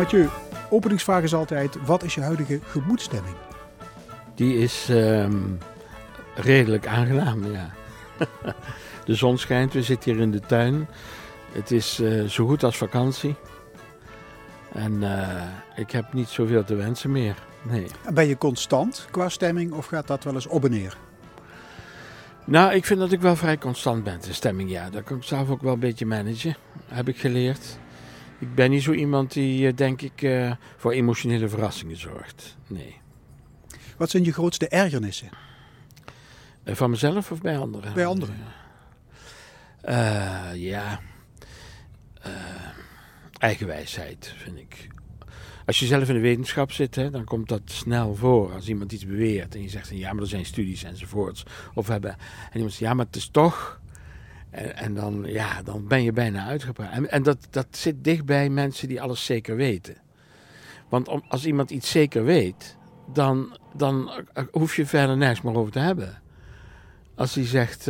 Mathieu, openingsvraag is altijd, wat is je huidige gemoedsstemming? Die is redelijk aangenaam, ja. De zon schijnt, we zitten hier in de tuin. Het is zo goed als vakantie. En ik heb niet zoveel te wensen meer, nee. En ben je constant qua stemming of gaat dat wel eens op en neer? Nou, ik vind dat ik wel vrij constant ben, de stemming, ja. Dat kan ik zelf ook wel een beetje managen, heb ik geleerd. Ik ben niet zo iemand die, denk ik, voor emotionele verrassingen zorgt, nee. Wat zijn je grootste ergernissen? Van mezelf of bij anderen? Bij anderen. Eigenwijsheid, vind ik. Als je zelf in de wetenschap zit, hè, dan komt dat snel voor. Als iemand iets beweert en je zegt, ja, maar er zijn studies enzovoorts. En iemand zegt, ja, maar het is toch. En dan ben je bijna uitgepraat. En dat zit dicht bij mensen die alles zeker weten. Want als iemand iets zeker weet, dan hoef je verder nergens meer over te hebben. Als hij zegt,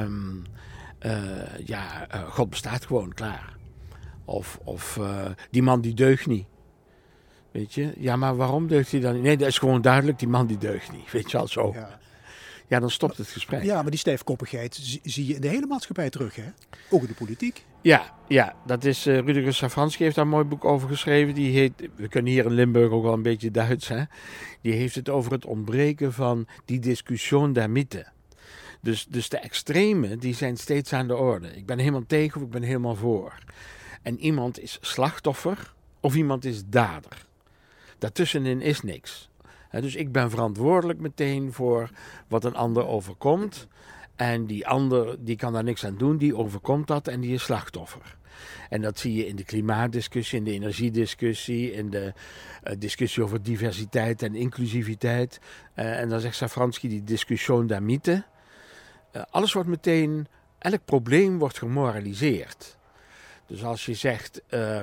God bestaat gewoon, klaar. Of die man die deugt niet. Weet je? Ja, maar waarom deugt hij dan niet? Nee, dat is gewoon duidelijk, die man die deugt niet. Weet je wel, zo. Ja, dan stopt het gesprek. Ja, maar die stijfkoppigheid zie je in de hele maatschappij terug, hè? Ook in de politiek. Ja, dat is Rudiger Safranski heeft daar een mooi boek over geschreven. Die heet, we kunnen hier in Limburg ook wel een beetje Duits, hè? Die heeft het over het ontbreken van die discussion der Mitte. Dus de extremen, die zijn steeds aan de orde. Ik ben helemaal tegen of ik ben helemaal voor. En iemand is slachtoffer of iemand is dader. Daartussenin is niks. Dus ik ben verantwoordelijk meteen voor wat een ander overkomt. En die ander die kan daar niks aan doen, die overkomt dat en die is slachtoffer. En dat zie je in de klimaatdiscussie, in de energiediscussie, in de discussie over diversiteit en inclusiviteit. En dan zegt Safranski die discussion der Mitte. Alles wordt meteen, elk probleem wordt gemoraliseerd. Dus als je zegt,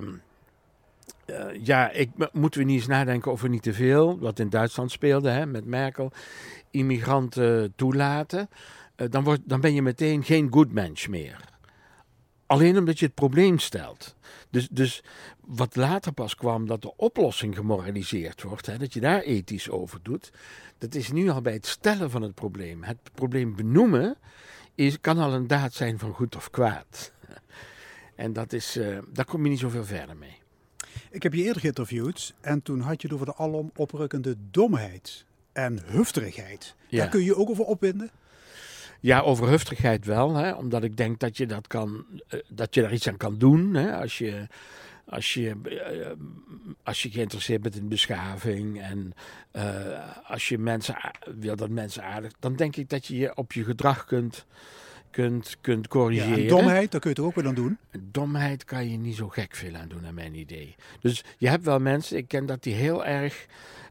moeten we niet eens nadenken over niet te veel, wat in Duitsland speelde, hè, met Merkel, immigranten toelaten, dan ben je meteen geen good mens meer. Alleen omdat je het probleem stelt. Dus wat later pas kwam, dat de oplossing gemoraliseerd wordt, hè, dat je daar ethisch over doet, dat is nu al bij het stellen van het probleem. Het probleem benoemen kan al een daad zijn van goed of kwaad. En daar kom je niet zoveel verder mee. Ik heb je eerder geïnterviewd en toen had je het over de alom oprukkende domheid en hufterigheid. Ja. Daar kun je ook over opwinden? Ja, over hufterigheid wel, hè, omdat ik denk dat je daar iets aan kan doen. Hè, als je geïnteresseerd bent in beschaving en als je wil dat mensen aardig, dan denk ik dat je op je gedrag kunt corrigeren. Ja, en domheid, daar kun je toch ook wel aan doen? Domheid kan je niet zo gek veel aan doen, naar mijn idee. Dus je hebt wel mensen, ik ken dat die heel erg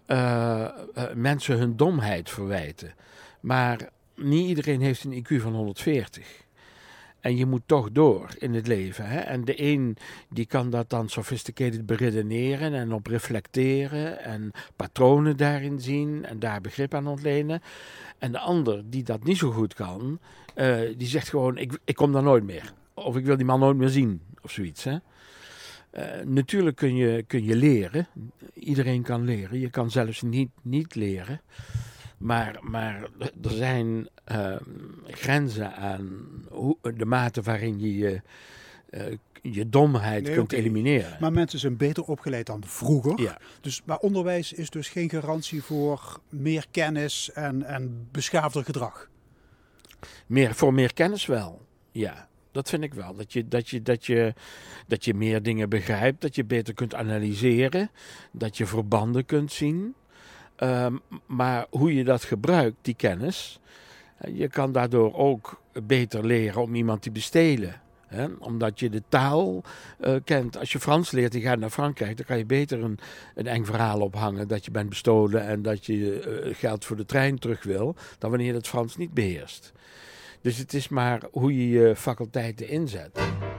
mensen hun domheid verwijten. Maar niet iedereen heeft een IQ van 140. En je moet toch door in het leven. Hè? En de een die kan dat dan sophisticated beredeneren en op reflecteren en patronen daarin zien en daar begrip aan ontlenen. En de ander die dat niet zo goed kan, die zegt gewoon, ik kom daar nooit meer. Of ik wil die man nooit meer zien, of zoiets. Hè? Natuurlijk kun je leren. Iedereen kan leren. Je kan zelfs niet leren. Maar er zijn grenzen aan de mate waarin je domheid kunt elimineren. Maar mensen zijn beter opgeleid dan vroeger. Ja. Maar onderwijs is dus geen garantie voor meer kennis en beschaafder gedrag. Voor meer kennis wel, ja. Dat vind ik wel. Dat je meer dingen begrijpt, dat je beter kunt analyseren, dat je verbanden kunt zien. Maar hoe je dat gebruikt, die kennis, je kan daardoor ook beter leren om iemand te bestelen. Hè? Omdat je de taal kent. Als je Frans leert en gaat naar Frankrijk, dan kan je beter een eng verhaal ophangen dat je bent bestolen en dat je geld voor de trein terug wil, dan wanneer je het Frans niet beheerst. Dus het is maar hoe je je faculteiten inzet.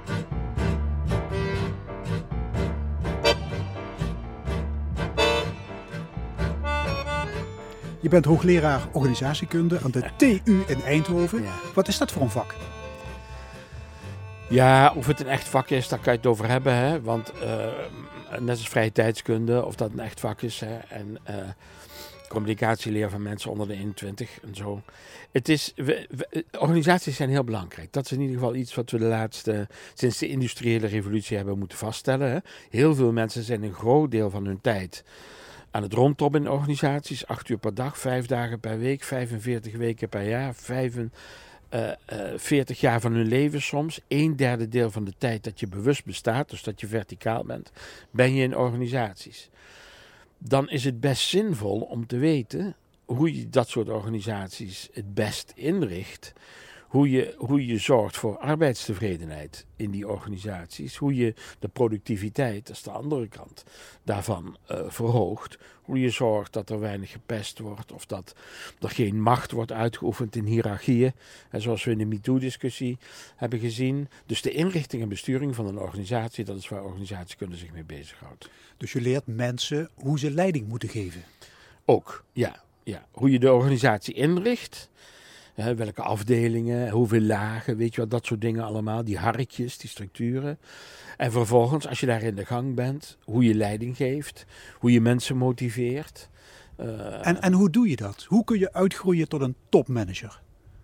Je bent hoogleraar organisatiekunde aan de TU in Eindhoven. Ja. Wat is dat voor een vak? Ja, of het een echt vak is, daar kan je het over hebben. Hè? Want net als vrije tijdskunde, of dat een echt vak is. Hè? En communicatieleer van mensen onder de 21 en zo. Het is, organisaties zijn heel belangrijk. Dat is in ieder geval iets wat we sinds de industriële revolutie hebben moeten vaststellen. Hè? Heel veel mensen zijn een groot deel van hun tijd aan het rondtobben in organisaties. 8 uur per dag, 5 dagen per week, 45 weken per jaar, 40 jaar van hun leven soms. 1/3 deel van de tijd dat je bewust bestaat, dus dat je verticaal bent, ben je in organisaties. Dan is het best zinvol om te weten hoe je dat soort organisaties het best inricht. Hoe je zorgt voor arbeidstevredenheid in die organisaties. Hoe je de productiviteit, dat is de andere kant, daarvan verhoogt. Hoe je zorgt dat er weinig gepest wordt. Of dat er geen macht wordt uitgeoefend in hiërarchieën. En zoals we in de MeToo-discussie hebben gezien. Dus de inrichting en besturing van een organisatie, dat is waar organisatiekunde zich mee bezighoudt. Dus je leert mensen hoe ze leiding moeten geven. Ook, ja. Hoe je de organisatie inricht. Welke afdelingen, hoeveel lagen, weet je wat, dat soort dingen allemaal. Die harkjes, die structuren. En vervolgens, als je daar in de gang bent, hoe je leiding geeft. Hoe je mensen motiveert. En hoe doe je dat? Hoe kun je uitgroeien tot een topmanager?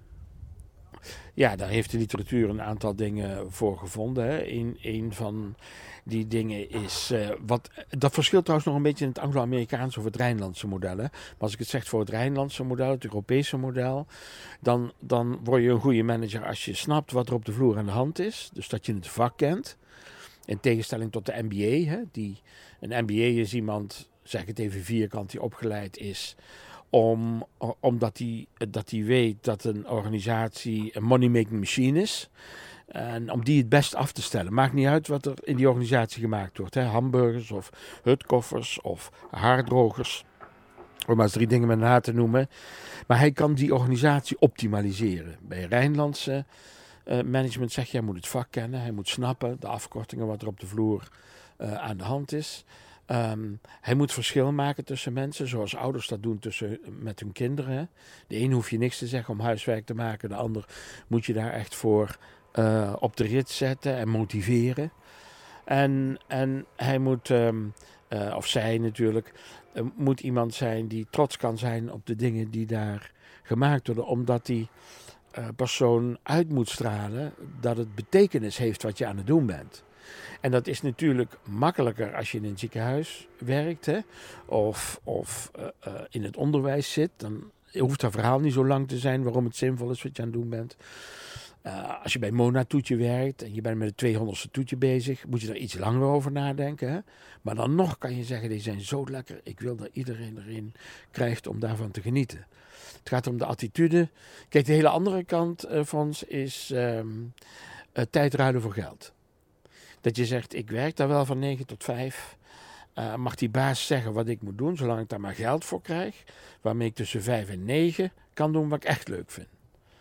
Ja, daar heeft de literatuur een aantal dingen voor gevonden. Hè. Een van die dingen is... dat verschilt trouwens nog een beetje in het Anglo-Amerikaanse of het Rijnlandse model. Hè. Maar als ik het zeg voor het Rijnlandse model, het Europese model... Dan word je een goede manager als je snapt wat er op de vloer aan de hand is. Dus dat je het vak kent. In tegenstelling tot de MBA. Hè. Een MBA is iemand, zeg ik het even vierkant, die opgeleid is... Omdat hij weet dat een organisatie een money-making machine is. En om die het best af te stellen. Maakt niet uit wat er in die organisatie gemaakt wordt. Hè? Hamburgers of hutkoffers of haardrogers. Om maar eens 3 dingen met na te noemen. Maar hij kan die organisatie optimaliseren. Bij Rijnlandse management zeg je, hij moet het vak kennen. Hij moet snappen de afkortingen wat er op de vloer aan de hand is. Hij moet verschil maken tussen mensen, zoals ouders dat doen met hun kinderen. De een hoef je niks te zeggen om huiswerk te maken, de ander moet je daar echt voor op de rit zetten en motiveren. En hij moet, of zij natuurlijk, moet iemand zijn die trots kan zijn op de dingen die daar gemaakt worden, omdat die persoon uit moet stralen dat het betekenis heeft wat je aan het doen bent. En dat is natuurlijk makkelijker als je in een ziekenhuis werkt, hè? Of in het onderwijs zit. Dan hoeft dat verhaal niet zo lang te zijn waarom het zinvol is wat je aan het doen bent. Als je bij Mona-toetje werkt en je bent met het 200ste toetje bezig, moet je er iets langer over nadenken. Hè? Maar dan nog kan je zeggen, die zijn zo lekker. Ik wil dat iedereen erin krijgt om daarvan te genieten. Het gaat om de attitude. Kijk, de hele andere kant, Fons, is tijd ruilen voor geld. Dat je zegt, ik werk daar wel van 9 tot 5. Mag die baas zeggen wat ik moet doen, zolang ik daar maar geld voor krijg. Waarmee ik tussen 5 en 9 kan doen wat ik echt leuk vind.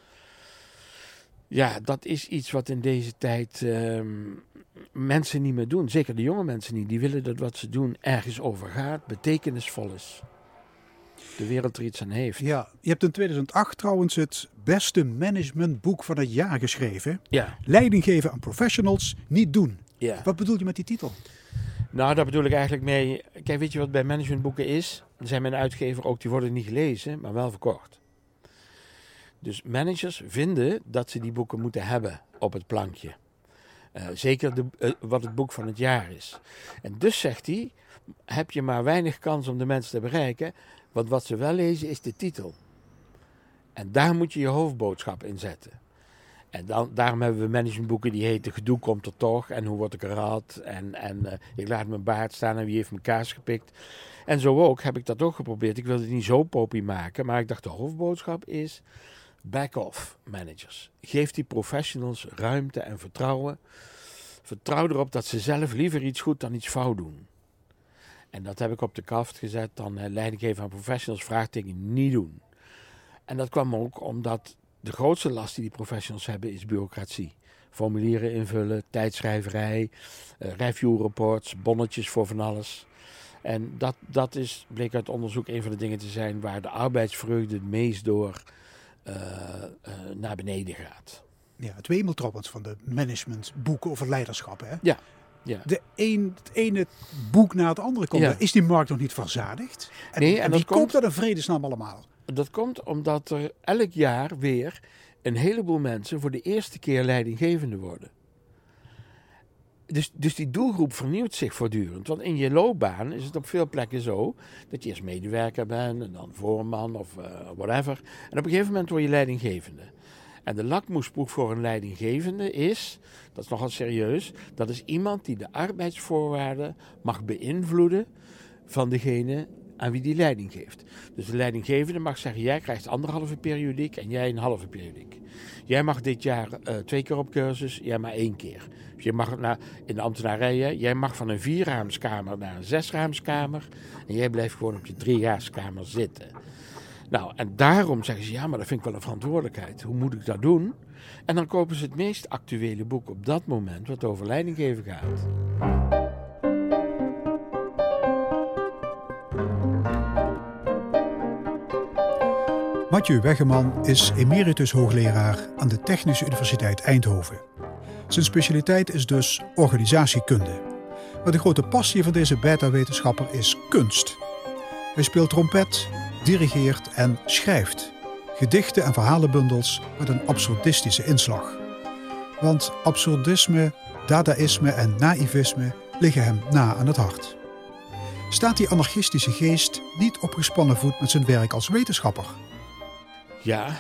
Ja, dat is iets wat in deze tijd mensen niet meer doen. Zeker de jonge mensen niet. Die willen dat wat ze doen ergens over gaat, betekenisvol is. De wereld er iets aan heeft. Ja, je hebt in 2008 trouwens het beste managementboek van het jaar geschreven. Ja. Leiding geven aan professionals, niet doen. Ja. Wat bedoel je met die titel? Nou, daar bedoel ik eigenlijk mee... Kijk, weet je wat bij managementboeken is? Er zijn mijn uitgever ook, die worden niet gelezen, maar wel verkocht. Dus managers vinden dat ze die boeken moeten hebben op het plankje. Zeker wat het boek van het jaar is. En dus zegt hij, heb je maar weinig kans om de mensen te bereiken... Want wat ze wel lezen is de titel. En daar moet je je hoofdboodschap in zetten. En daarom hebben we managementboeken die heten Gedoe komt er toch. En hoe word ik eruit. En ik laat mijn baard staan en wie heeft mijn kaas gepikt. En zo ook heb ik dat ook geprobeerd. Ik wilde het niet zo poppy maken. Maar ik dacht de hoofdboodschap is back-off managers. Geef die professionals ruimte en vertrouwen. Vertrouw erop dat ze zelf liever iets goed dan iets fout doen. En dat heb ik op de kaft gezet, dan leiding geven aan professionals, vraagteken niet doen. En dat kwam ook omdat de grootste last die professionals hebben is bureaucratie. Formulieren invullen, tijdschrijverij, review reports, bonnetjes voor van alles. En dat is, bleek uit onderzoek, een van de dingen te zijn waar de arbeidsvreugde het meest door naar beneden gaat. Ja, het wemeltroppend van de managementboeken over leiderschap. Hè? Ja. Ja. Het ene boek na het andere komt. Is die markt nog niet verzadigd? En wie koopt dat in vredesnaam allemaal? Dat komt omdat er elk jaar weer een heleboel mensen voor de eerste keer leidinggevende worden. Dus die doelgroep vernieuwt zich voortdurend. Want in je loopbaan is het op veel plekken zo dat je eerst medewerker bent en dan voorman of whatever. En op een gegeven moment word je leidinggevende. En de lakmoesproef voor een leidinggevende is, dat is nogal serieus, dat is iemand die de arbeidsvoorwaarden mag beïnvloeden van degene aan wie die leiding geeft. Dus de leidinggevende mag zeggen, jij krijgt 1,5 periodiek en jij een halve periodiek. Jij mag dit jaar 2 keer op cursus, jij maar 1 keer. Dus je mag in de ambtenarijen, jij mag van een 4-raamskamer naar een 6-raamskamer en jij blijft gewoon op je 3-raamskamer zitten. Nou, en daarom zeggen ze, ja, maar dat vind ik wel een verantwoordelijkheid. Hoe moet ik dat doen? En dan kopen ze het meest actuele boek op dat moment wat over leidinggeven gaat. Mathieu Weggeman is emeritus hoogleraar aan de Technische Universiteit Eindhoven. Zijn specialiteit is dus organisatiekunde. Maar de grote passie van deze beta-wetenschapper is kunst. Hij speelt trompet, dirigeert en schrijft. Gedichten en verhalenbundels met een absurdistische inslag. Want absurdisme, dadaïsme en naïvisme liggen hem na aan het hart. Staat die anarchistische geest niet op gespannen voet met zijn werk als wetenschapper? Ja,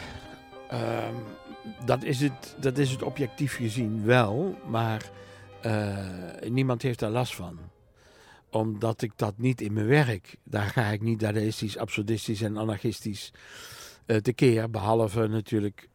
dat is het objectief gezien wel, maar niemand heeft daar last van. Omdat ik dat niet in mijn werk, daar ga ik niet dadaïstisch, absurdistisch en anarchistisch tekeer. Behalve natuurlijk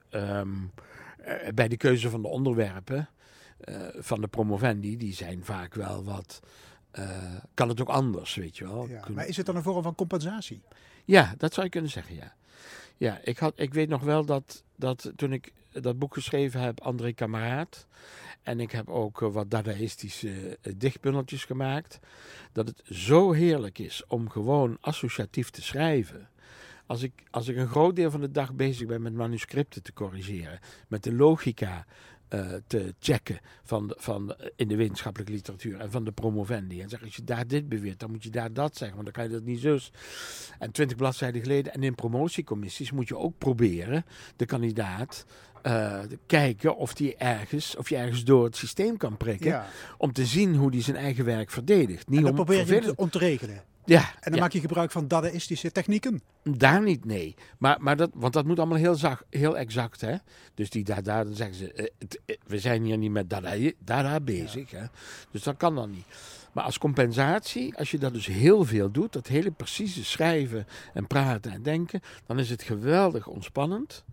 bij de keuze van de onderwerpen van de promovendi, die zijn vaak wel wat, kan het ook anders, weet je wel. Ja, maar is het dan een vorm van compensatie? Ja, dat zou je kunnen zeggen, ja. Ja, ik weet nog wel dat toen ik dat boek geschreven heb, André Kameraad, en ik heb ook wat dadaïstische dichtbundeltjes gemaakt, dat het zo heerlijk is om gewoon associatief te schrijven. Als ik een groot deel van de dag bezig ben met manuscripten te corrigeren, met de logica te checken van in de wetenschappelijke literatuur en van de promovendi. En zeg, als je daar dit beweert, dan moet je daar dat zeggen, want dan kan je dat niet zus. En 20 bladzijden geleden. En in promotiecommissies moet je ook proberen de kandidaat kijken of je ergens door het systeem kan prikken. Ja. Om te zien hoe die zijn eigen werk verdedigt. Niet en dan probeer je het om te regelen. Ja, en dan maak je gebruik van dadaïstische technieken? Daar niet, nee. Maar want dat moet allemaal heel exact, hè. Dus dan zeggen ze, we zijn hier niet met dada bezig, hè. Dus dat kan dan niet. Maar als compensatie, als je dat dus heel veel doet, dat hele precieze schrijven en praten en denken, dan is het geweldig ontspannend.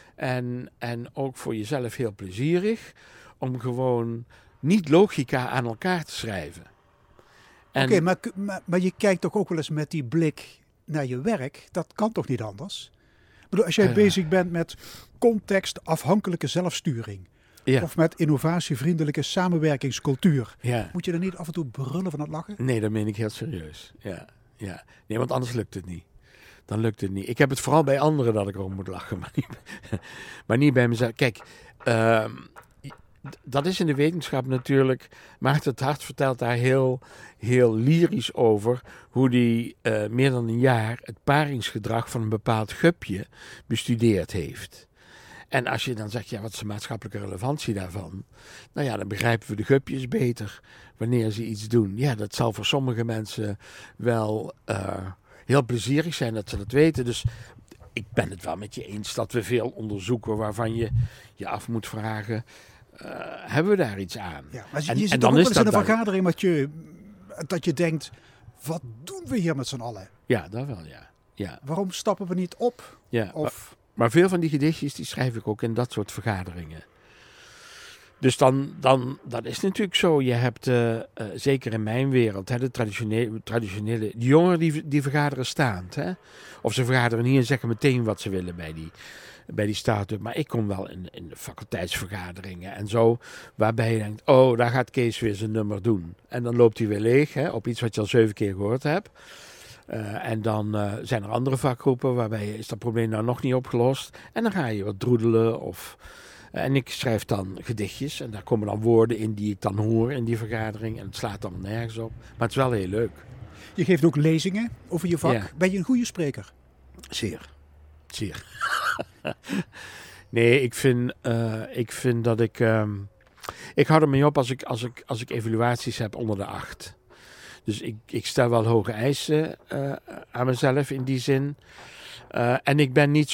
En ook voor jezelf heel plezierig om gewoon niet logica aan elkaar te schrijven. Oké, maar je kijkt toch ook wel eens met die blik naar je werk? Dat kan toch niet anders? Ik bedoel, als jij bezig bent met contextafhankelijke zelfsturing, ja, of met innovatievriendelijke samenwerkingscultuur, ja, moet je dan niet af en toe brullen van het lachen? Nee, dat meen ik heel serieus. Ja. Nee, want anders lukt het niet. Dan lukt het niet. Ik heb het vooral bij anderen dat ik erom moet lachen, maar niet bij mezelf. Kijk, dat is in de wetenschap natuurlijk. Maarten 't Hart vertelt daar heel, heel lyrisch over hoe hij meer dan een jaar het paringsgedrag van een bepaald gupje bestudeerd heeft. En als je dan zegt, ja, wat is de maatschappelijke relevantie daarvan? Nou ja, dan begrijpen we de gupjes beter wanneer ze iets doen. Ja, dat zal voor sommige mensen wel heel plezierig zijn dat ze dat weten. Dus ik ben het wel met je eens dat we veel onderzoeken waarvan je je af moet vragen, hebben we daar iets aan? Ja, maar je zit toch ook wel eens in een vergadering, Mathieu, dat je denkt, wat doen we hier met z'n allen? Ja, dat wel, ja. Waarom stappen we niet op? Ja, maar veel van die gedichtjes, die schrijf ik ook in dat soort vergaderingen. Dus dan dat is natuurlijk zo. Je hebt, zeker in mijn wereld, hè, de traditionele de jongeren die vergaderen staand. Hè? Of ze vergaderen niet en zeggen meteen wat ze willen bij die start-up. Maar ik kom wel in de faculteitsvergaderingen en zo, waarbij je denkt, oh, daar gaat Kees weer zijn nummer doen. En dan loopt hij weer leeg, hè, op iets wat je al 7 keer gehoord hebt. En dan zijn er andere vakgroepen waarbij is dat probleem nou nog niet opgelost. En dan ga je wat droedelen of En ik schrijf dan gedichtjes en daar komen dan woorden in die ik dan hoor in die vergadering. En het slaat allemaal nergens op. Maar het is wel heel leuk. Je geeft ook lezingen over je vak. Ja. Ben je een goede spreker? Zeer. Nee, ik vind dat ik... ik hou ermee op als ik evaluaties heb onder de 8. Dus ik stel wel hoge eisen aan mezelf in die zin. En ik ben niet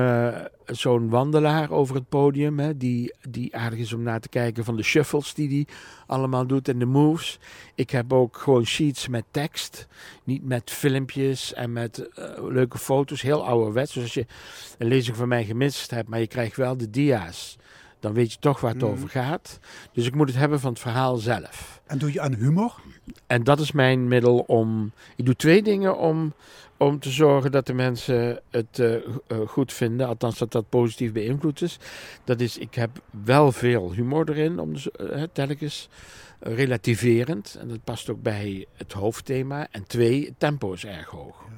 zo'n wandelaar over het podium, hè, die aardig is om naar te kijken van de shuffles die allemaal doet en de moves. Ik heb ook gewoon sheets met tekst, niet met filmpjes en met leuke foto's, heel ouderwets. Dus als je een lezing van mij gemist hebt, maar je krijgt wel de dia's, dan weet je toch waar het over gaat. Dus ik moet het hebben van het verhaal zelf. En doe je aan humor? En dat is mijn middel om... Ik doe 2 dingen om te zorgen dat de mensen het goed vinden. Althans, dat positief beïnvloed is. Dat is, ik heb wel veel humor erin, telkens relativerend. En dat past ook bij het hoofdthema. En 2, het tempo is erg hoog. Ja.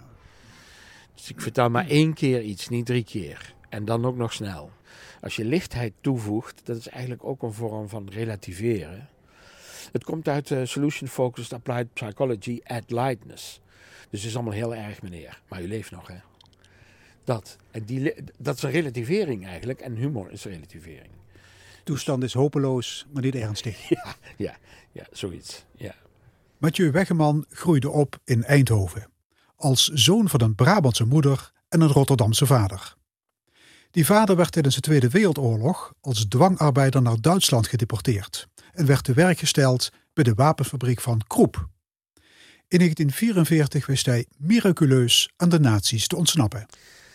Dus ik vertel maar 1 keer iets, niet 3 keer. En dan ook nog snel. Als je lichtheid toevoegt, dat is eigenlijk ook een vorm van relativeren. Het komt uit Solution Focused Applied Psychology at Lightness. Dus het is allemaal heel erg, meneer. Maar u leeft nog, hè. Dat. En dat is een relativering eigenlijk. En humor is relativering. Toestand is hopeloos, maar niet ernstig. Ja, zoiets. Ja. Mathieu Weggeman groeide op in Eindhoven. Als zoon van een Brabantse moeder en een Rotterdamse vader. Die vader werd tijdens de Tweede Wereldoorlog als dwangarbeider naar Duitsland gedeporteerd en werd te werk gesteld bij de wapenfabriek van Krupp. In 1944 wist hij miraculeus aan de nazi's te ontsnappen.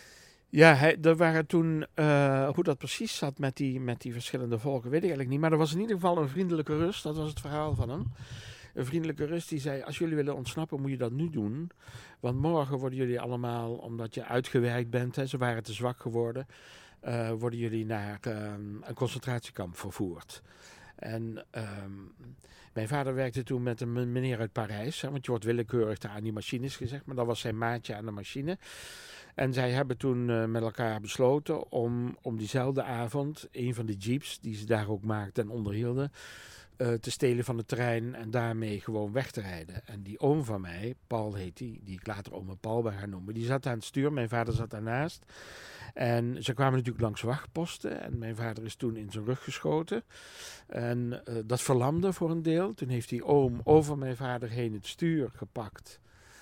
Ja, er waren toen, hoe dat precies zat met die verschillende volken, weet ik eigenlijk niet. Maar er was in ieder geval een vriendelijke Rus, dat was het verhaal van hem. Een vriendelijke Rus die zei, als jullie willen ontsnappen moet je dat nu doen. Want morgen worden jullie allemaal, omdat je uitgewerkt bent, hè, ze waren te zwak geworden, worden jullie naar een concentratiekamp vervoerd. En mijn vader werkte toen met een meneer uit Parijs, hè, want je wordt willekeurig daar aan die machines gezegd, maar dat was zijn maatje aan de machine. En zij hebben toen met elkaar besloten om diezelfde avond een van de jeeps die ze daar ook maakten en onderhielden, te stelen van het terrein en daarmee gewoon weg te rijden. En die oom van mij, Paul heet die ik later ome Paul ben gaan noemen, die zat aan het stuur, mijn vader zat daarnaast. En ze kwamen natuurlijk langs wachtposten en mijn vader is toen in zijn rug geschoten. En dat verlamde voor een deel. Toen heeft die oom over mijn vader heen het stuur gepakt.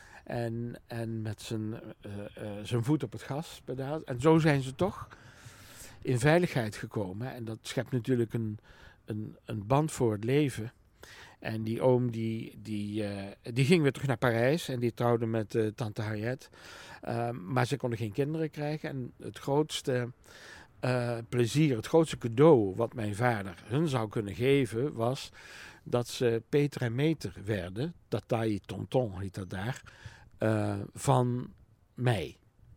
En met zijn voet op het gas pedaal. En zo zijn ze toch in veiligheid gekomen. En dat schept natuurlijk een band voor het leven. En die oom die ging weer terug naar Parijs en die trouwde met tante Harriet. Maar ze konden geen kinderen krijgen. En het grootste plezier, het grootste cadeau wat mijn vader hun zou kunnen geven was dat ze Peter en Meter werden. Tataï Tonton heet dat daar. Van mij.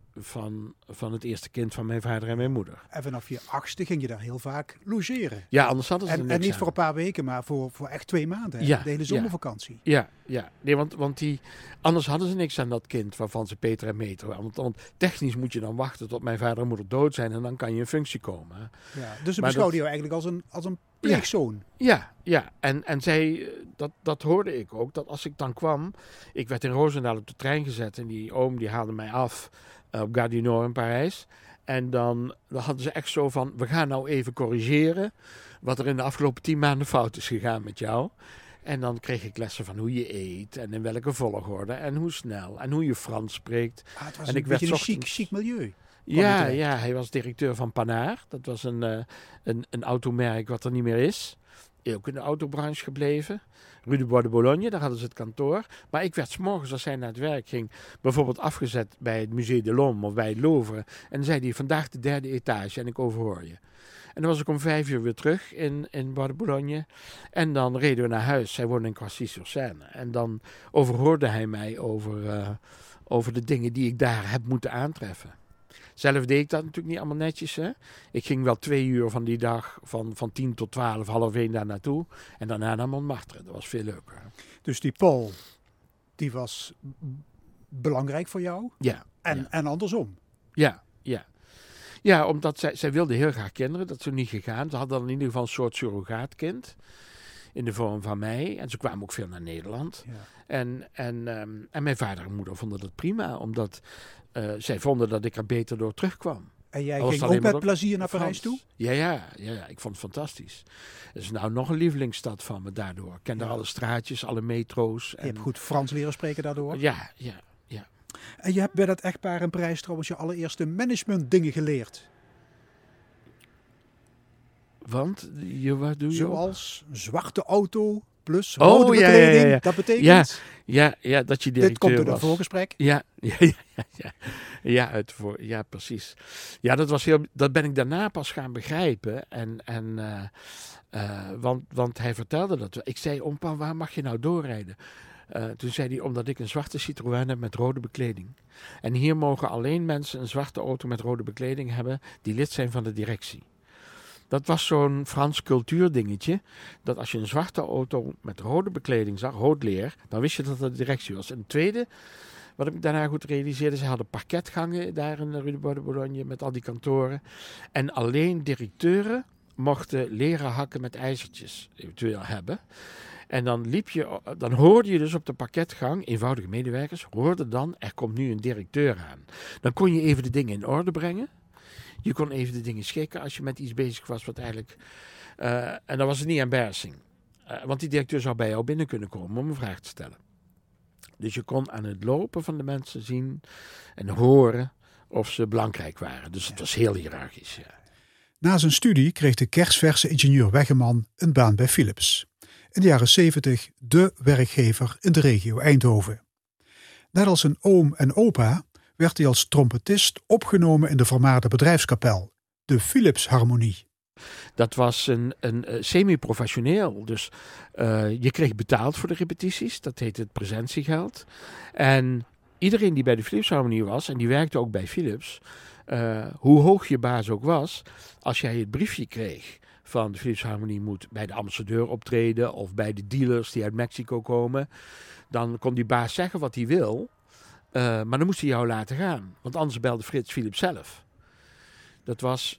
Van het eerste kind van mijn vader en mijn moeder. En vanaf je 8e ging je daar heel vaak logeren. Ja, anders hadden ze er niks en niet aan. voor een paar weken, maar voor echt 2 maanden. Ja, de hele zomervakantie. Ja. Nee, want anders hadden ze niks aan dat kind waarvan ze Peter en Meter waren. Want technisch moet je dan wachten tot mijn vader en moeder dood zijn en dan kan je in functie komen. Ja, dus ze beschouwden jou eigenlijk als een pleegzoon. Ja. En zij, dat hoorde ik ook, dat als ik dan kwam, ik werd in Roosendaal op de trein gezet en die oom die haalde mij af op Gare du Nord in Parijs. En dan hadden ze echt zo van, we gaan nou even corrigeren wat er in de afgelopen 10 maanden fout is gegaan met jou. En dan kreeg ik lessen van hoe je eet en in welke volgorde en hoe snel en hoe je Frans spreekt. Het was en een beetje een chic milieu. Ja, hij was directeur van Panhard. Dat was een automerk wat er niet meer is. Ook in de autobranche gebleven. Rue de Bois de Boulogne, daar hadden ze het kantoor. Maar ik werd 's morgens als hij naar het werk ging, bijvoorbeeld afgezet bij het Musée de l'Homme of bij het Louvre. En dan zei hij, vandaag de 3e etage en ik overhoor je. En dan was ik om 5 uur weer terug in Bois de Boulogne. En dan reden we naar huis. Zij woonde in Croissy-sur-Seine. En dan overhoorde hij mij over de dingen die ik daar heb moeten aantreffen. Zelf deed ik dat natuurlijk niet allemaal netjes. Hè? Ik ging wel 2 uur van die dag van 10 tot 12, 12:30 daar naartoe. En daarna naar Montmartre. Dat was veel leuker. Dus die Paul, die was belangrijk voor jou? Ja. En andersom? Ja. Ja, omdat zij wilde heel graag kinderen. Dat is toen niet gegaan. Ze hadden dan in ieder geval een soort surrogaatkind. In de vorm van mij. En ze kwamen ook veel naar Nederland. Ja. En mijn vader en moeder vonden dat prima. Omdat zij vonden dat ik er beter door terugkwam. En jij Dat was ging alleen ook maar met plezier naar Parijs toe? Ja, ik vond het fantastisch. Het is nou nog een lievelingsstad van me daardoor. Ik kende alle straatjes, alle metro's. Je hebt goed Frans leren spreken daardoor. Ja. En je hebt bij dat echtpaar in Parijs trouwens je allereerste management dingen geleerd. Want, wat doe je? Zoals zwarte auto plus rode bekleding. Ja. Dat betekent... Ja, dat je directeur Dit komt door was. het voorgesprek. Ja, precies. Ja, dat ben ik daarna pas gaan begrijpen. Want hij vertelde dat. Ik zei, opa, waar mag je nou doorrijden? Toen zei hij, omdat ik een zwarte Citroën heb met rode bekleding. En hier mogen alleen mensen een zwarte auto met rode bekleding hebben die lid zijn van de directie. Dat was zo'n Frans cultuurdingetje. Dat als je een zwarte auto met rode bekleding zag, rood leer, dan wist je dat dat de directie was. En het tweede, wat ik daarna goed realiseerde, ze hadden parketgangen daar in de Rue de Bourgogne met al die kantoren. En alleen directeuren mochten leren hakken met ijzertjes eventueel hebben. En dan hoorde je dus op de parketgang, eenvoudige medewerkers, hoorden dan, er komt nu een directeur aan. Dan kon je even de dingen in orde brengen. Je kon even de dingen schikken als je met iets bezig was wat eigenlijk... en dan was het niet embarrassing. Want die directeur zou bij jou binnen kunnen komen om een vraag te stellen. Dus je kon aan het lopen van de mensen zien en horen of ze belangrijk waren. Dus het was heel hiërarchisch, ja. Na zijn studie kreeg de kersverse ingenieur Weggeman een baan bij Philips. In de jaren 70 de werkgever in de regio Eindhoven. Net als zijn oom en opa werd hij als trompetist opgenomen in de vermaarde bedrijfskapel, de Philips Harmonie. Dat was een semi-professioneel. Dus je kreeg betaald voor de repetities. Dat heette het presentiegeld. En iedereen die bij de Philips Harmonie was, en die werkte ook bij Philips, hoe hoog je baas ook was, als jij het briefje kreeg van de Philips Harmonie moet bij de ambassadeur optreden of bij de dealers die uit Mexico komen, dan kon die baas zeggen wat hij wil, maar dan moest hij jou laten gaan. Want anders belde Frits Philips zelf. Dat was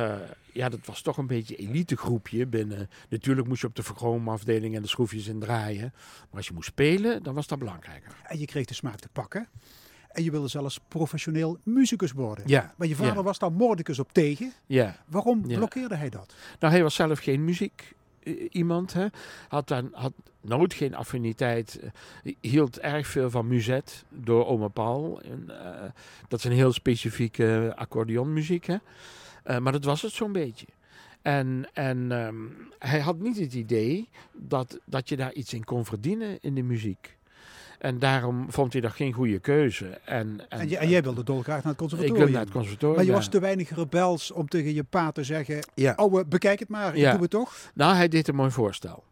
toch een beetje een elitegroepje binnen. Natuurlijk moest je op de vergroomafdeling en de schroefjes in draaien. Maar als je moest spelen, dan was dat belangrijker. En je kreeg de smaak te pakken. En je wilde zelfs professioneel muzikus worden. Ja. Maar je vader was daar mordicus op tegen. Ja. Waarom blokkeerde hij dat? Nou, hij was zelf geen muziek iemand. Hè. Had nooit geen affiniteit. Hield erg veel van muzet door oma Paul. Dat is een heel specifieke accordeonmuziek. Hè. Maar dat was het zo'n beetje. En hij had niet het idee dat je daar iets in kon verdienen in de muziek. En daarom vond hij dat geen goede keuze. En jij wilde dolgraag naar het conservatorium. Ik wilde naar het conservatorium. Maar je was te weinig rebels om tegen je pa te zeggen, bekijk het maar, ja. Doe het toch? Nou, hij deed een mooi voorstel.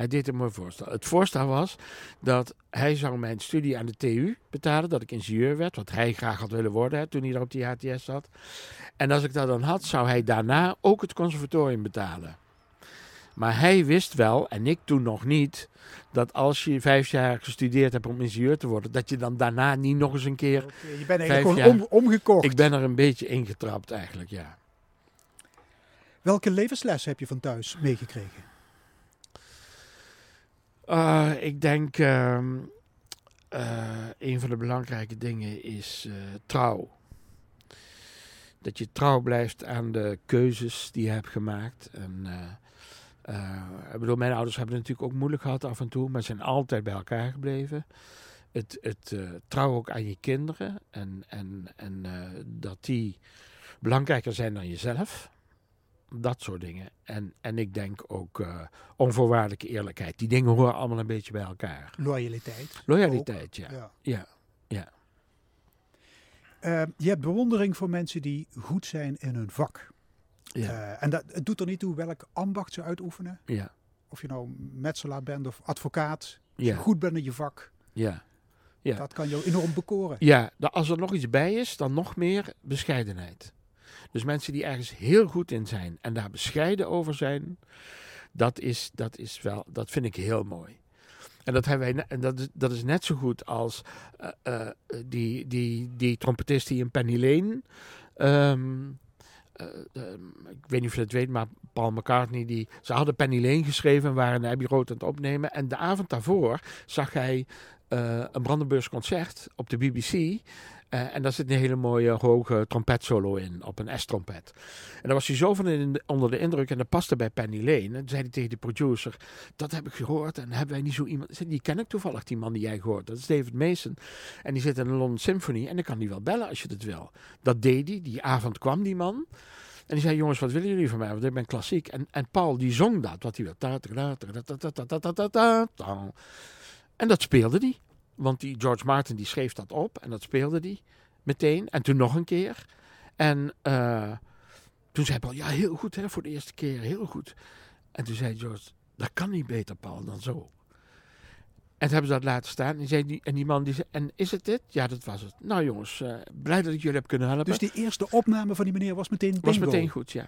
Het voorstel was dat hij zou mijn studie aan de TU betalen, dat ik ingenieur werd, wat hij graag had willen worden hè, toen hij daar op die HTS zat. En als ik dat dan had, zou hij daarna ook het conservatorium betalen. Maar hij wist wel, en ik toen nog niet, dat als je 5 jaar gestudeerd hebt om ingenieur te worden, dat je dan daarna niet nog eens een keer... Okay, je bent eigenlijk gewoon omgekocht. Ik ben er een beetje ingetrapt eigenlijk, ja. Welke levensles heb je van thuis meegekregen? Ik denk, een van de belangrijke dingen is trouw. Dat je trouw blijft aan de keuzes die je hebt gemaakt. En, ik bedoel, mijn ouders hebben het natuurlijk ook moeilijk gehad af en toe, maar zijn altijd bij elkaar gebleven. Het trouw ook aan je kinderen en dat die belangrijker zijn dan jezelf. Dat soort dingen. En ik denk ook onvoorwaardelijke eerlijkheid. Die dingen horen allemaal een beetje bij elkaar. Loyaliteit, ja. Je hebt bewondering voor mensen die goed zijn in hun vak. Ja. En het doet er niet toe welk ambacht ze uitoefenen. Ja. Of je nou metselaar bent of advocaat. Als Ja. je goed bent in je vak. Ja. Dat kan jou enorm bekoren. Ja, als er nog iets bij is, dan nog meer bescheidenheid. Dus mensen die ergens heel goed in zijn en daar bescheiden over zijn, dat vind ik heel mooi. En dat is net zo goed als die trompetist die in Penny Lane ik weet niet of je dat weet, maar Paul McCartney, ze hadden Penny Lane geschreven en waren Abbey Road aan het opnemen. En de avond daarvoor zag hij een Brandenburgs concert op de BBC. En daar zit een hele mooie hoge trompetsolo in, op een S-trompet. En daar was hij zo van onder de indruk en dat paste bij Penny Lane. En toen zei hij tegen de producer, dat heb ik gehoord en hebben wij niet zo iemand... Die ken ik toevallig, die man die jij gehoord. Dat is David Mason. En die zit in de London Symphony en dan kan hij wel bellen als je dat wil. Dat deed hij, die avond kwam die man. En die zei, jongens, wat willen jullie van mij? Want ik ben klassiek. En Paul, die zong dat, wat hij wil. En dat speelde hij. Want die George Martin die schreef dat op en dat speelde hij meteen. En toen nog een keer. En toen zei Paul, ja, heel goed hè, voor de eerste keer, heel goed. En toen zei George, dat kan niet beter, Paul, dan zo. En toen hebben ze dat laten staan. En die man die zei, en is het dit? Ja, dat was het. Nou jongens, blij dat ik jullie heb kunnen helpen. Dus die eerste opname van die meneer was meteen bingo? Was meteen goed, ja.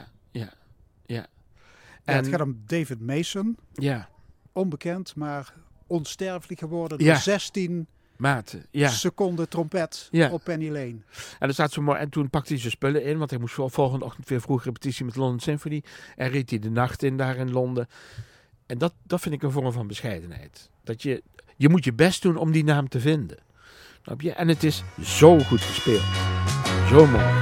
En het gaat om David Mason. Ja. Onbekend, maar onsterfelijk geworden door 16 maten, seconden trompet op Penny Lane. En, staat zo mooi, en toen pakte hij zijn spullen in, want hij moest volgende ochtend weer vroeg repetitie met London Symphony. En reed hij de nacht in daar in Londen. En dat vind ik een vorm van bescheidenheid. Dat je moet je best doen om die naam te vinden. Snap je? En het is zo goed gespeeld. Zo mooi.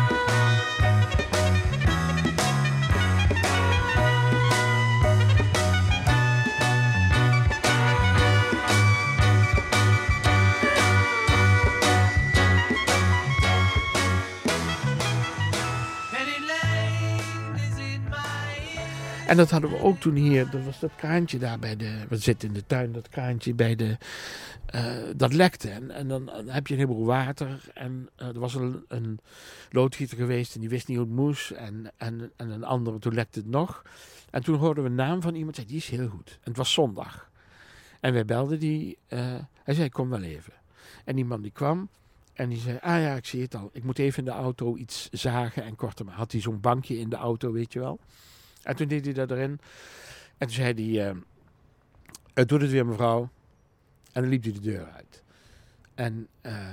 En dat hadden we ook toen hier, dat was dat kraantje daar bij we zitten in de tuin, dat kraantje bij dat lekte. En dan heb je een heleboel water. En er was een loodgieter geweest en die wist niet hoe het moest. En een andere, toen lekte het nog. En toen hoorden we een naam van iemand, zei, die is heel goed. En het was zondag. En wij belden die, hij zei, kom wel even. En die man die kwam en die zei, ja, ik zie het al. Ik moet even in de auto iets zagen en korter. Maar had hij zo'n bankje in de auto, weet je wel. En toen deed hij dat erin. En toen zei hij, doe het weer mevrouw. En dan liep hij de deur uit. En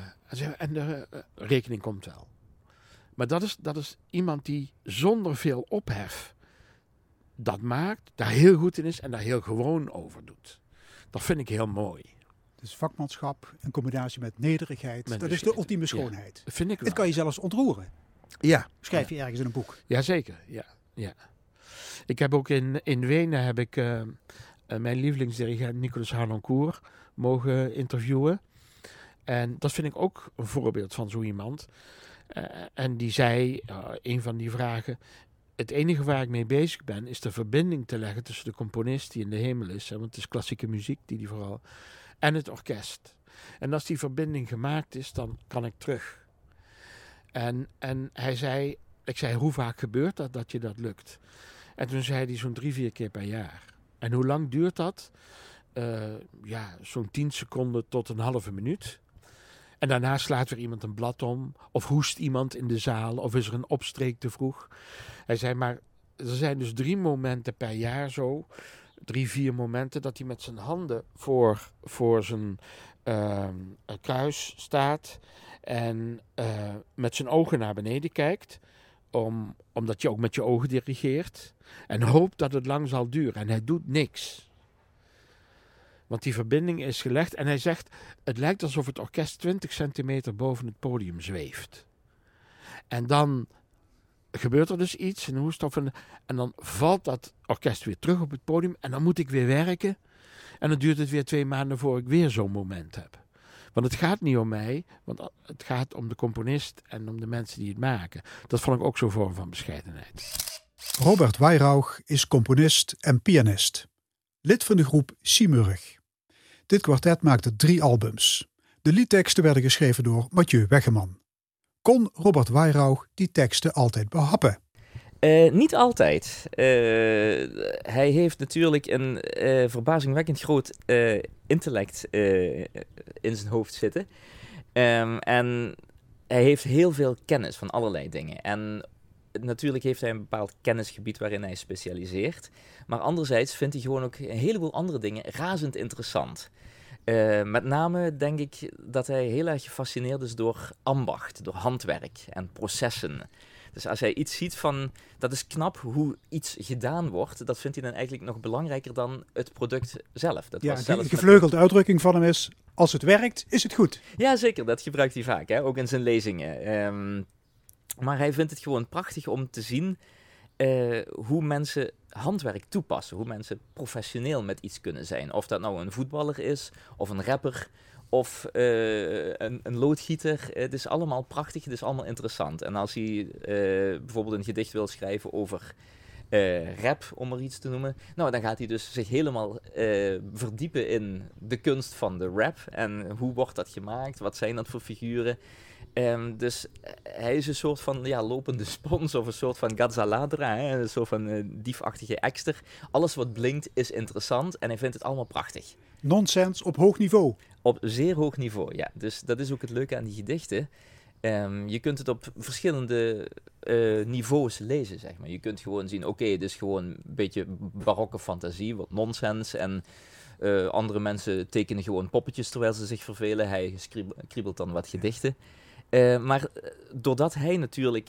de rekening komt wel. Maar dat is iemand die zonder veel ophef dat maakt, daar heel goed in is en daar heel gewoon over doet. Dat vind ik heel mooi. Dus vakmanschap in combinatie met nederigheid, dat is de ultieme schoonheid. Ja, vind ik wel. Het kan je zelfs ontroeren. Ja. Schrijf je ergens in een boek. Jazeker, ja. Ik heb ook in Wenen heb ik mijn lievelingsdirigent Nicolas Harnoncourt mogen interviewen. En dat vind ik ook een voorbeeld van zo iemand. En die zei, een van die vragen, het enige waar ik mee bezig ben is de verbinding te leggen tussen de componist die in de hemel is, want het is klassieke muziek die vooral, en het orkest. En als die verbinding gemaakt is, dan kan ik terug. En hij zei, ik zei, hoe vaak gebeurt dat je dat lukt? En toen zei hij zo'n 3-4 keer per jaar. En hoe lang duurt dat? Zo'n 10 seconden tot een halve minuut. En daarna slaat weer iemand een blad om. Of hoest iemand in de zaal. Of is er een opstreek te vroeg. Hij zei, maar er zijn dus 3 momenten per jaar zo. 3-4 momenten dat hij met zijn handen voor zijn kruis staat. En met zijn ogen naar beneden kijkt. Omdat je ook met je ogen dirigeert. En hoopt dat het lang zal duren. En hij doet niks. Want die verbinding is gelegd. En hij zegt, het lijkt alsof het orkest 20 centimeter boven het podium zweeft. En dan gebeurt er dus iets. En dan valt dat orkest weer terug op het podium. En dan moet ik weer werken. En dan duurt het weer 2 maanden voor ik weer zo'n moment heb. Want het gaat niet om mij, want het gaat om de componist en om de mensen die het maken. Dat vond ik ook zo'n vorm van bescheidenheid. Robert Weihrauch is componist en pianist. Lid van de groep Simurg. Dit kwartet maakte 3 albums. De liedteksten werden geschreven door Mathieu Weggeman. Kon Robert Weihrauch die teksten altijd behappen? Niet altijd. Hij heeft natuurlijk een verbazingwekkend groot intellect in zijn hoofd zitten. En hij heeft heel veel kennis van allerlei dingen. En natuurlijk heeft hij een bepaald kennisgebied waarin hij specialiseert. Maar anderzijds vindt hij gewoon ook een heleboel andere dingen razend interessant. Met name denk ik dat hij heel erg gefascineerd is door ambacht, door handwerk en processen. Dus als hij iets ziet van, dat is knap hoe iets gedaan wordt, dat vindt hij dan eigenlijk nog belangrijker dan het product zelf. Dat Ja, was zelfs de gevleugelde uitdrukking van hem is, als het werkt, is het goed. Ja, zeker. Dat gebruikt hij vaak, hè? Ook in zijn lezingen. Maar hij vindt het gewoon prachtig om te zien hoe mensen handwerk toepassen. Hoe mensen professioneel met iets kunnen zijn. Of dat nou een voetballer is, of een rapper, of een loodgieter. Het is allemaal prachtig, het is allemaal interessant. En als hij bijvoorbeeld een gedicht wil schrijven over rap, om er iets te noemen. Nou, dan gaat hij dus zich helemaal verdiepen in de kunst van de rap. En hoe wordt dat gemaakt? Wat zijn dat voor figuren? Dus hij is een soort van lopende spons of een soort van Gazzaladra, een soort van diefachtige ekster. Alles wat blinkt is interessant en hij vindt het allemaal prachtig. Nonsens op hoog niveau. Op zeer hoog niveau, ja. Dus dat is ook het leuke aan die gedichten. Je kunt het op verschillende niveaus lezen, zeg maar. Je kunt gewoon zien, oké, het is gewoon een beetje barokke fantasie, wat nonsens. En andere mensen tekenen gewoon poppetjes terwijl ze zich vervelen. Hij kriebelt dan wat gedichten. Maar doordat hij natuurlijk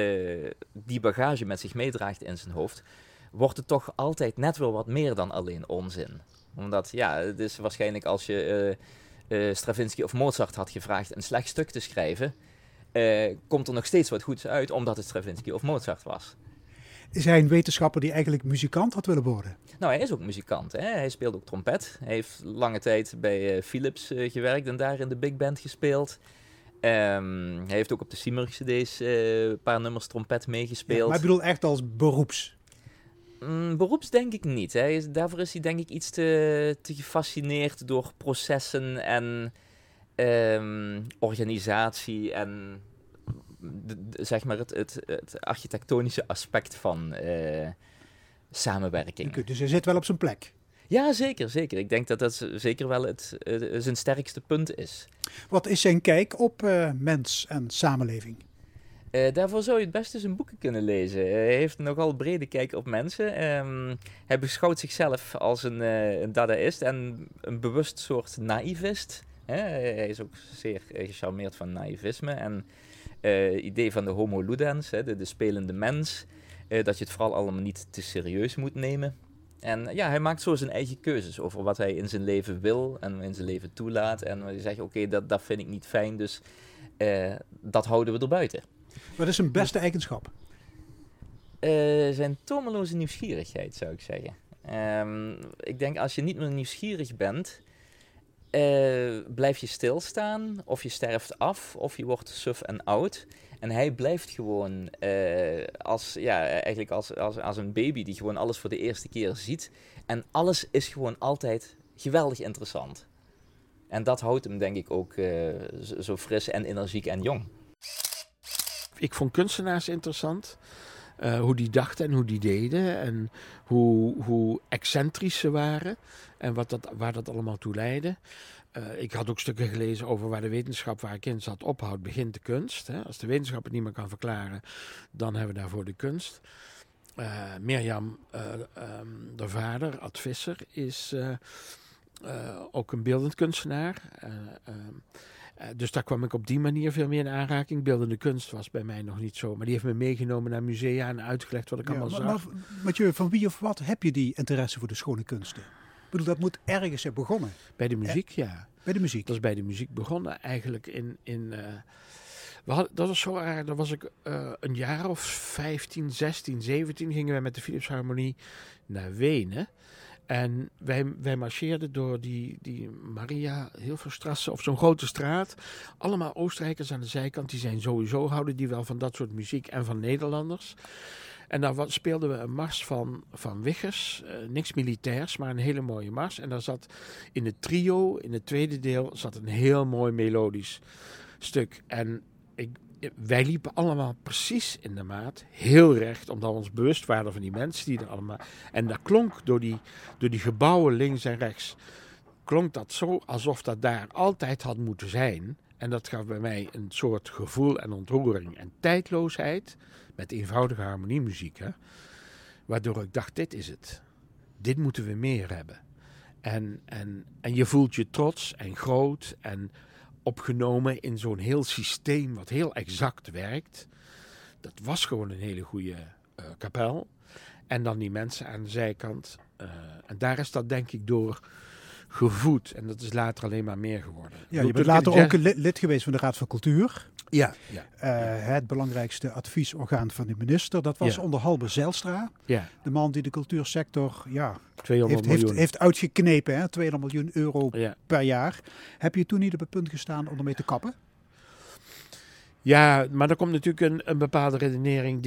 die bagage met zich meedraagt in zijn hoofd, wordt het toch altijd net wel wat meer dan alleen onzin. Omdat, het is waarschijnlijk als je Stravinsky of Mozart had gevraagd een slecht stuk te schrijven, komt er nog steeds wat goeds uit, omdat het Stravinsky of Mozart was. Is hij een wetenschapper die eigenlijk muzikant had willen worden? Nou, hij is ook muzikant. Hè? Hij speelt ook trompet. Hij heeft lange tijd bij Philips gewerkt en daar in de big band gespeeld. Hij heeft ook op de Simurg-cd's een paar nummers trompet meegespeeld. Ja, maar ik bedoel echt als beroeps. Beroeps denk ik niet. Hè. Daarvoor is hij denk ik iets te gefascineerd door processen en organisatie en zeg maar het architectonische aspect van samenwerking. Dus hij zit wel op zijn plek. Ja, zeker, zeker. Ik denk dat dat zeker wel zijn sterkste punt is. Wat is zijn kijk op mens en samenleving? Daarvoor zou je het beste zijn boeken kunnen lezen. Hij heeft een nogal brede kijk op mensen. Hij beschouwt zichzelf als een dadaïst en een bewust soort naïvist. Hij is ook zeer gecharmeerd van naïvisme en het idee van de homo ludens, de spelende mens. Dat je het vooral allemaal niet te serieus moet nemen. En hij maakt zo zijn eigen keuzes over wat hij in zijn leven wil en in zijn leven toelaat. En hij zegt, oké, dat vind ik niet fijn, dus dat houden we erbuiten. Wat is zijn beste eigenschap? Zijn tomeloze nieuwsgierigheid, zou ik zeggen. Ik denk, als je niet meer nieuwsgierig bent, blijf je stilstaan, of je sterft af, of je wordt suf en oud. En hij blijft gewoon als een baby die gewoon alles voor de eerste keer ziet. En alles is gewoon altijd geweldig interessant. En dat houdt hem denk ik ook zo fris en energiek en jong. Ik vond kunstenaars interessant. Hoe die dachten en hoe die deden. En hoe excentrisch ze waren. En waar dat allemaal toe leidde. Ik had ook stukken gelezen over waar de wetenschap waar ik in zat ophoudt, begint de kunst. Hè. Als de wetenschap het niet meer kan verklaren, dan hebben we daarvoor de kunst. Mirjam, de vader, Ad Visser, is ook een beeldend kunstenaar. Dus daar kwam ik op die manier veel meer in aanraking. Beeldende kunst was bij mij nog niet zo. Maar die heeft me meegenomen naar musea en uitgelegd wat ik allemaal zag. Maar Mathieu, van wie of wat heb je die interesse voor de schone kunsten? Ik bedoel, dat moet ergens zijn begonnen. Bij de muziek, ja. Bij de muziek? Dat is bij de muziek begonnen. Eigenlijk dat was zo erg. Dat was ik een jaar of 15, 16, 17 gingen wij met de Philips Harmonie naar Wenen. En wij marcheerden door die Maria Hilferstrasse of zo'n grote straat. Allemaal Oostenrijkers aan de zijkant. Die zijn sowieso, houden die wel van dat soort muziek en van Nederlanders. En daar speelden we een mars van Wiggers. Niks militairs, maar een hele mooie mars. En daar zat in het trio, in het tweede deel, zat een heel mooi melodisch stuk. En wij liepen allemaal precies in de maat, heel recht, omdat we ons bewust waren van die mensen die er allemaal. En dat klonk door die gebouwen links en rechts, klonk dat zo alsof dat daar altijd had moeten zijn. En dat gaf bij mij een soort gevoel en ontroering en tijdloosheid met eenvoudige harmoniemuziek. Hè? Waardoor ik dacht, dit is het. Dit moeten we meer hebben. En je voelt je trots en groot en opgenomen in zo'n heel systeem wat heel exact werkt. Dat was gewoon een hele goede kapel. En dan die mensen aan de zijkant. En daar is dat denk ik door gevoed. En dat is later alleen maar meer geworden. Ja, je bent later ook lid geweest van de Raad van Cultuur. Ja. Het belangrijkste adviesorgaan van de minister. Dat was onder Halbe Zijlstra. Ja. De man die de cultuursector 200 miljoen. heeft uitgeknepen. Hè? 200 miljoen euro per jaar. Heb je toen niet op het punt gestaan om ermee te kappen? Ja, maar er komt natuurlijk een bepaalde redenering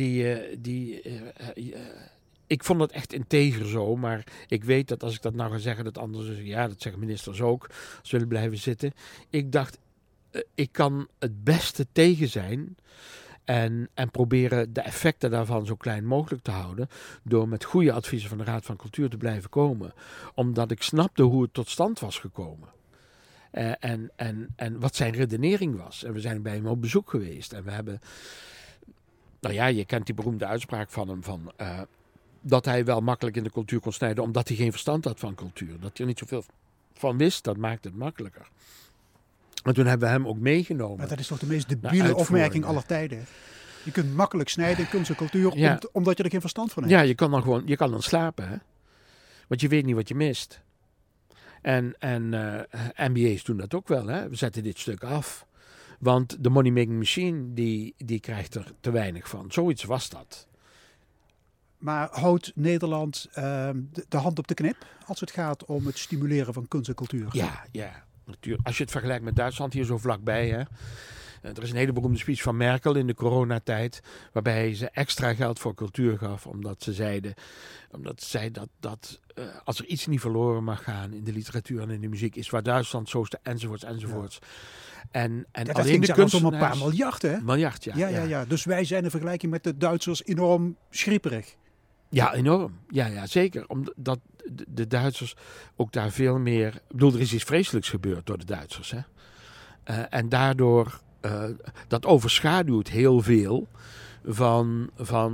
ik vond het echt integer zo, maar ik weet dat als ik dat nou ga zeggen, dat anderen zeggen, ja, dat zeggen ministers ook, zullen blijven zitten. Ik dacht, ik kan het beste tegen zijn en proberen de effecten daarvan zo klein mogelijk te houden, door met goede adviezen van de Raad van Cultuur te blijven komen. Omdat ik snapte hoe het tot stand was gekomen. En wat zijn redenering was. En we zijn bij hem op bezoek geweest. En we hebben, je kent die beroemde uitspraak van hem, dat hij wel makkelijk in de cultuur kon snijden, omdat hij geen verstand had van cultuur. Dat hij er niet zoveel van wist, dat maakte het makkelijker. En toen hebben we hem ook meegenomen. Maar dat is toch de meest debiele opmerking aller tijden. Je kunt makkelijk snijden in kunst en cultuur, omdat je er geen verstand van hebt. Ja, je kan dan slapen, hè. Want je weet niet wat je mist. En MBA's doen dat ook wel, hè. We zetten dit stuk af. Want de money-making machine, die krijgt er te weinig van. Zoiets was dat. Maar houdt Nederland de hand op de knip als het gaat om het stimuleren van kunst en cultuur? Ja, natuurlijk. Als je het vergelijkt met Duitsland, hier zo vlakbij, hè. Er is een hele beroemde speech van Merkel in de coronatijd, waarbij ze extra geld voor cultuur gaf, omdat ze zei dat als er iets niet verloren mag gaan in de literatuur en in de muziek, is waar Duitsland zo staat, enzovoorts. Ja. En dat alleen ging de zelfs om een paar miljard, hè? Miljard, ja. Dus wij zijn in vergelijking met de Duitsers enorm schrieperig. Ja, enorm. Ja, zeker. Omdat de Duitsers ook daar veel meer... Ik bedoel, er is iets vreselijks gebeurd door de Duitsers, hè. En daardoor... dat overschaduwt heel veel van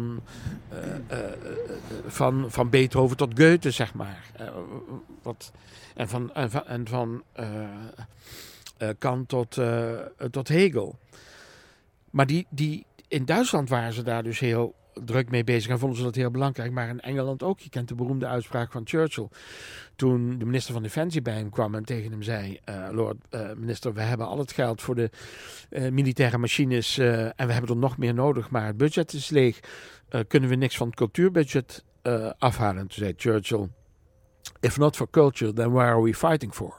Beethoven tot Goethe, zeg maar. En van Kant tot Hegel. Maar in Duitsland waren ze daar dus heel druk mee bezig en vonden ze dat heel belangrijk. Maar in Engeland ook. Je kent de beroemde uitspraak van Churchill. Toen de minister van Defensie bij hem kwam en tegen hem zei... Lord minister, we hebben al het geld voor de militaire machines... en we hebben er nog meer nodig, maar het budget is leeg. Kunnen we niks van het cultuurbudget afhalen? En toen zei Churchill... If not for culture, then where are we fighting for?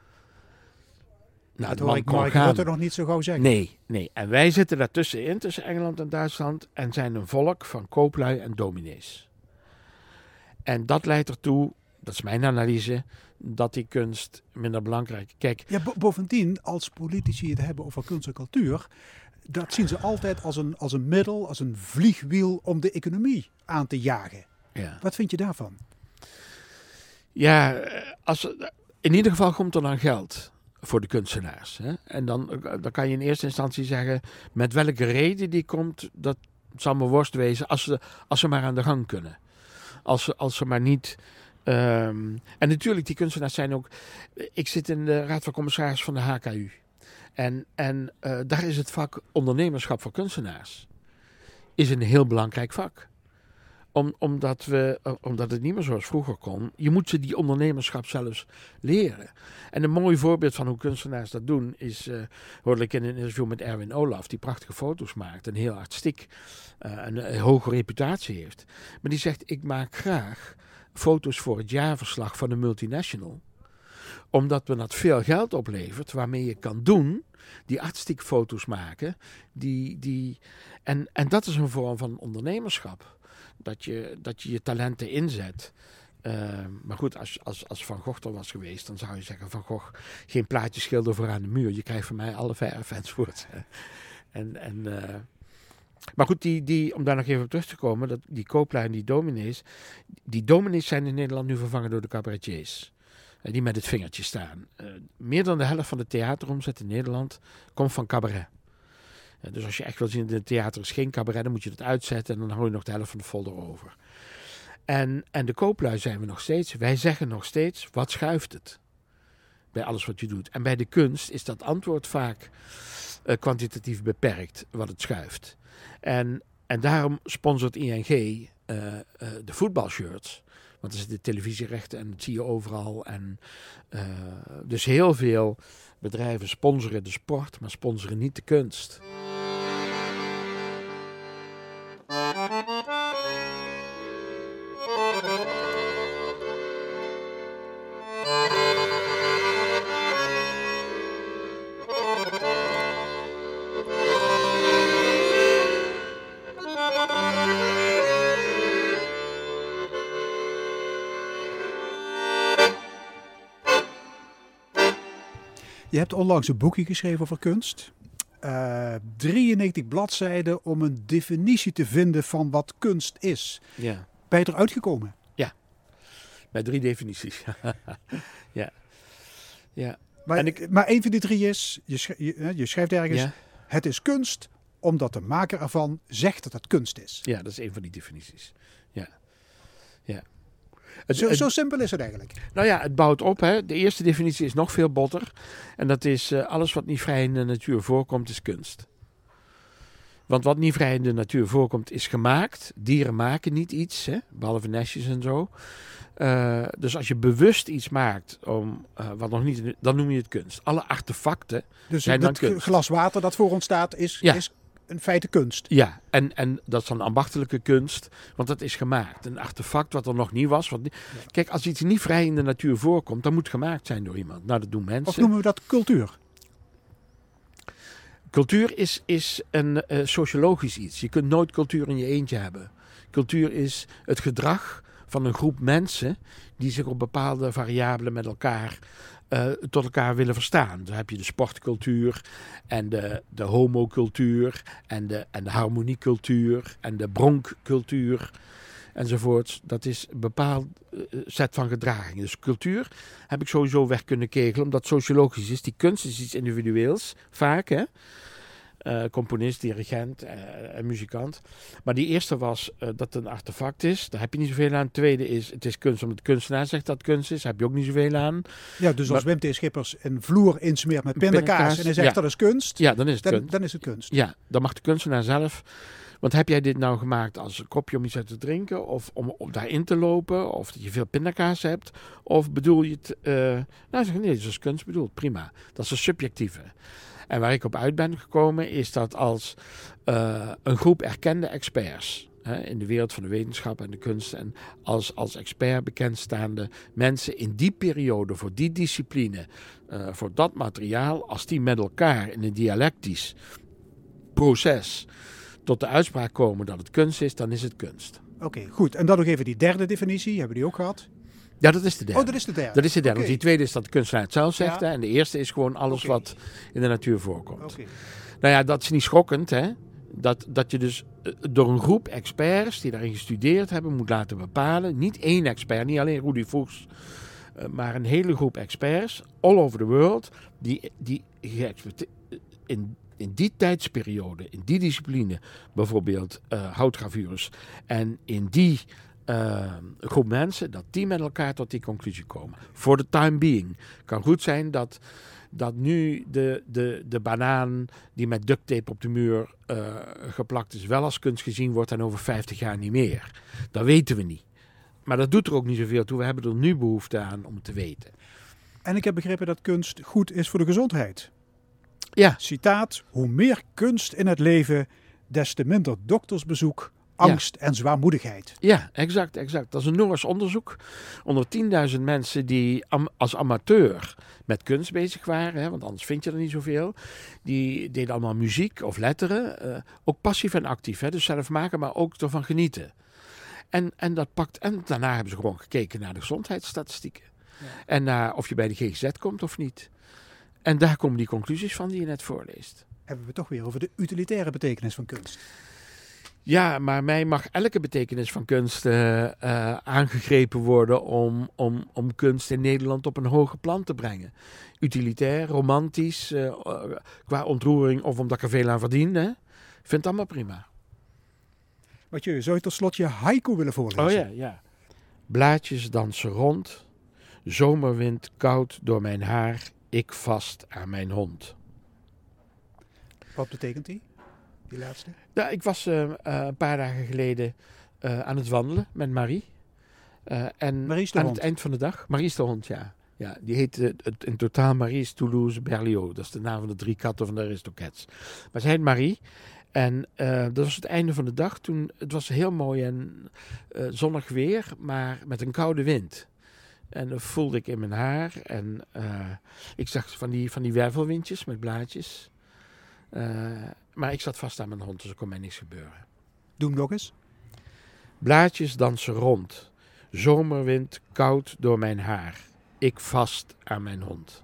Nou, dat hoor ik Mark Rutte nog niet zo gauw zeggen. Nee. En wij zitten daartussenin, tussen Engeland en Duitsland... en zijn een volk van kooplui en dominees. En dat leidt ertoe, dat is mijn analyse... dat die kunst minder belangrijk... Kijk, ja, bovendien, als politici het hebben over kunst en cultuur... dat zien ze altijd als een middel, als een vliegwiel... om de economie aan te jagen. Ja. Wat vind je daarvan? Ja, in ieder geval komt er dan geld... voor de kunstenaars. Hè? En dan kan je in eerste instantie zeggen... met welke reden die komt... dat zal me worst wezen... als ze maar aan de gang kunnen. Als ze maar niet... En natuurlijk, die kunstenaars zijn ook... Ik zit in de Raad van Commissaris van de HKU. En daar is het vak ondernemerschap voor kunstenaars... is een heel belangrijk vak. Omdat het niet meer zoals vroeger kon. Je moet ze die ondernemerschap zelfs leren. En een mooi voorbeeld van hoe kunstenaars dat doen... is, hoorde ik in een interview met Erwin Olaf... die prachtige foto's maakt en heel artistiek... een hoge reputatie heeft. Maar die zegt, ik maak graag foto's voor het jaarverslag van een multinational... omdat me dat veel geld oplevert... waarmee je kan doen... die artistieke foto's maken... En dat is een vorm van ondernemerschap... Dat je talenten inzet. Maar goed, als Van Gogh er was geweest... dan zou je zeggen, Van Gogh, geen plaatje schilder voor aan de muur. Je krijgt van mij alle fans enzovoort. Maar goed, om daar nog even op terug te komen... die kooplui en die dominees zijn in Nederland nu vervangen door de cabaretiers. Die met het vingertje staan. Meer dan de helft van de theateromzet in Nederland komt van cabaret. Dus als je echt wil zien in het theater is geen cabaret, dan moet je dat uitzetten en dan hou je nog de helft van de folder over. En de kooplui zijn we nog steeds. Wij zeggen nog steeds, wat schuift het? Bij alles wat je doet. En bij de kunst is dat antwoord vaak kwantitatief beperkt, wat het schuift. En daarom sponsort ING de voetbalshirts. Want er zitten televisierechten en dat zie je overal. En dus heel veel bedrijven sponsoren de sport, maar sponsoren niet de kunst. Je hebt onlangs een boekje geschreven over kunst. 93 bladzijden om een definitie te vinden van wat kunst is. Ja. Ben je eruit gekomen? Ja, bij 3 definities. Ja. Ja. Maar één van die 3 is, je schrijft ergens, Ja. Het is kunst omdat de maker ervan zegt dat het kunst is. Ja, dat is een van die definities. Ja. Zo simpel is het eigenlijk. Nou ja, het bouwt op. Hè. De eerste definitie is nog veel botter. En dat is alles wat niet vrij in de natuur voorkomt is kunst. Want wat niet vrij in de natuur voorkomt is gemaakt. Dieren maken niet iets, hè, behalve nestjes en zo. Dus als je bewust iets maakt wat nog niet, dan noem je het kunst. Alle artefacten Dus zijn dan het kunst. glas water dat voor ons staat is in feite kunst. Ja, en dat is dan ambachtelijke kunst, want dat is gemaakt. Een artefact wat er nog niet was. Kijk, als iets niet vrij in de natuur voorkomt, dan moet het gemaakt zijn door iemand. Nou, dat doen mensen. Of noemen we dat cultuur? Cultuur is een sociologisch iets. Je kunt nooit cultuur in je eentje hebben. Cultuur is het gedrag van een groep mensen die zich op bepaalde variabelen met elkaar tot elkaar willen verstaan. Dan heb je de sportcultuur en de homocultuur en de harmoniecultuur en de bronkcultuur enzovoort. Dat is een bepaald set van gedragingen. Dus cultuur heb ik sowieso weg kunnen kegelen, omdat het sociologisch is. Die kunst is iets individueels, vaak, hè. Componist, dirigent en muzikant. Maar die eerste was dat het een artefact is. Daar heb je niet zoveel aan. Het tweede is, het is kunst omdat de kunstenaar zegt dat het kunst is. Daar heb je ook niet zoveel aan. Ja, dus als Wim T. Schippers een vloer insmeert met pindakaas en hij zegt dat is kunst, ja, dan is het kunst. Dan is het kunst. Ja, dan mag de kunstenaar zelf. Want heb jij dit nou gemaakt als een kopje om iets uit te drinken? Of om daarin te lopen? Of dat je veel pindakaas hebt? Of bedoel je het... nee, dat is kunst bedoeld. Prima. Dat is een subjectieve. En waar ik op uit ben gekomen is dat als een groep erkende experts in de wereld van de wetenschap en de kunst en als expert bekendstaande mensen in die periode voor die discipline, voor dat materiaal, als die met elkaar in een dialectisch proces tot de uitspraak komen dat het kunst is, dan is het kunst. Oké, goed. En dan nog even die derde definitie, hebben we die ook gehad? Ja, dat is de derde. Oh, dat is de derde. Dat is de derde. Okay. Want die tweede is dat de kunstenaar het zelf zegt. Ja. Hè, en de eerste is gewoon alles wat in de natuur voorkomt. Okay. Nou ja, dat is niet schokkend, hè. Dat je dus door een groep experts die daarin gestudeerd hebben moet laten bepalen. Niet één expert, niet alleen Rudy Fuchs. Maar een hele groep experts, all over the world. Die in die tijdsperiode, in die discipline, bijvoorbeeld houtgravures. En in die groep mensen, dat die met elkaar tot die conclusie komen. For the time being. Kan goed zijn dat nu de banaan die met duct tape op de muur geplakt is, wel als kunst gezien wordt en over 50 jaar niet meer. Dat weten we niet. Maar dat doet er ook niet zoveel toe. We hebben er nu behoefte aan om het te weten. En ik heb begrepen dat kunst goed is voor de gezondheid. Ja. Citaat, hoe meer kunst in het leven, des te minder doktersbezoek, angst en zwaarmoedigheid. Ja, exact. Dat is een Noors onderzoek onder 10.000 mensen die als amateur met kunst bezig waren, hè, want anders vind je er niet zoveel. Die deden allemaal muziek of letteren, ook passief en actief, hè, dus zelf maken, maar ook ervan genieten. En dat pakt. En daarna hebben ze gewoon gekeken naar de gezondheidsstatistieken. Ja. En naar of je bij de GGZ komt of niet. En daar komen die conclusies van die je net voorleest. Hebben we toch weer over de utilitaire betekenis van kunst. Ja, maar mij mag elke betekenis van kunst aangegrepen worden om kunst in Nederland op een hoger plan te brengen. Utilitair, romantisch, qua ontroering of omdat ik er veel aan verdien. Hè? Ik vind het allemaal prima. Mathieu, zou je tot slot je haiku willen voorlezen? Oh ja. Blaadjes dansen rond, zomerwind koud door mijn haar, ik vast aan mijn hond. Wat betekent die laatste? Ja, ik was een paar dagen geleden aan het wandelen met Marie. En Marie is de aan hond. het eind van de dag, Marie is de hond, ja. Ja, die heet in totaal Marie Toulouse Berlioz. Dat is de naam van de 3 katten van de Aristocats. Maar zij heet Marie. En dat was het einde van de dag. Het was heel mooi en zonnig weer, maar met een koude wind. En dat voelde ik in mijn haar. En ik zag van die wervelwindjes met blaadjes. Maar ik zat vast aan mijn hond, dus er kon mij niks gebeuren. Doe hem nog eens. Blaadjes dansen rond. Zomerwind koud door mijn haar. Ik vast aan mijn hond.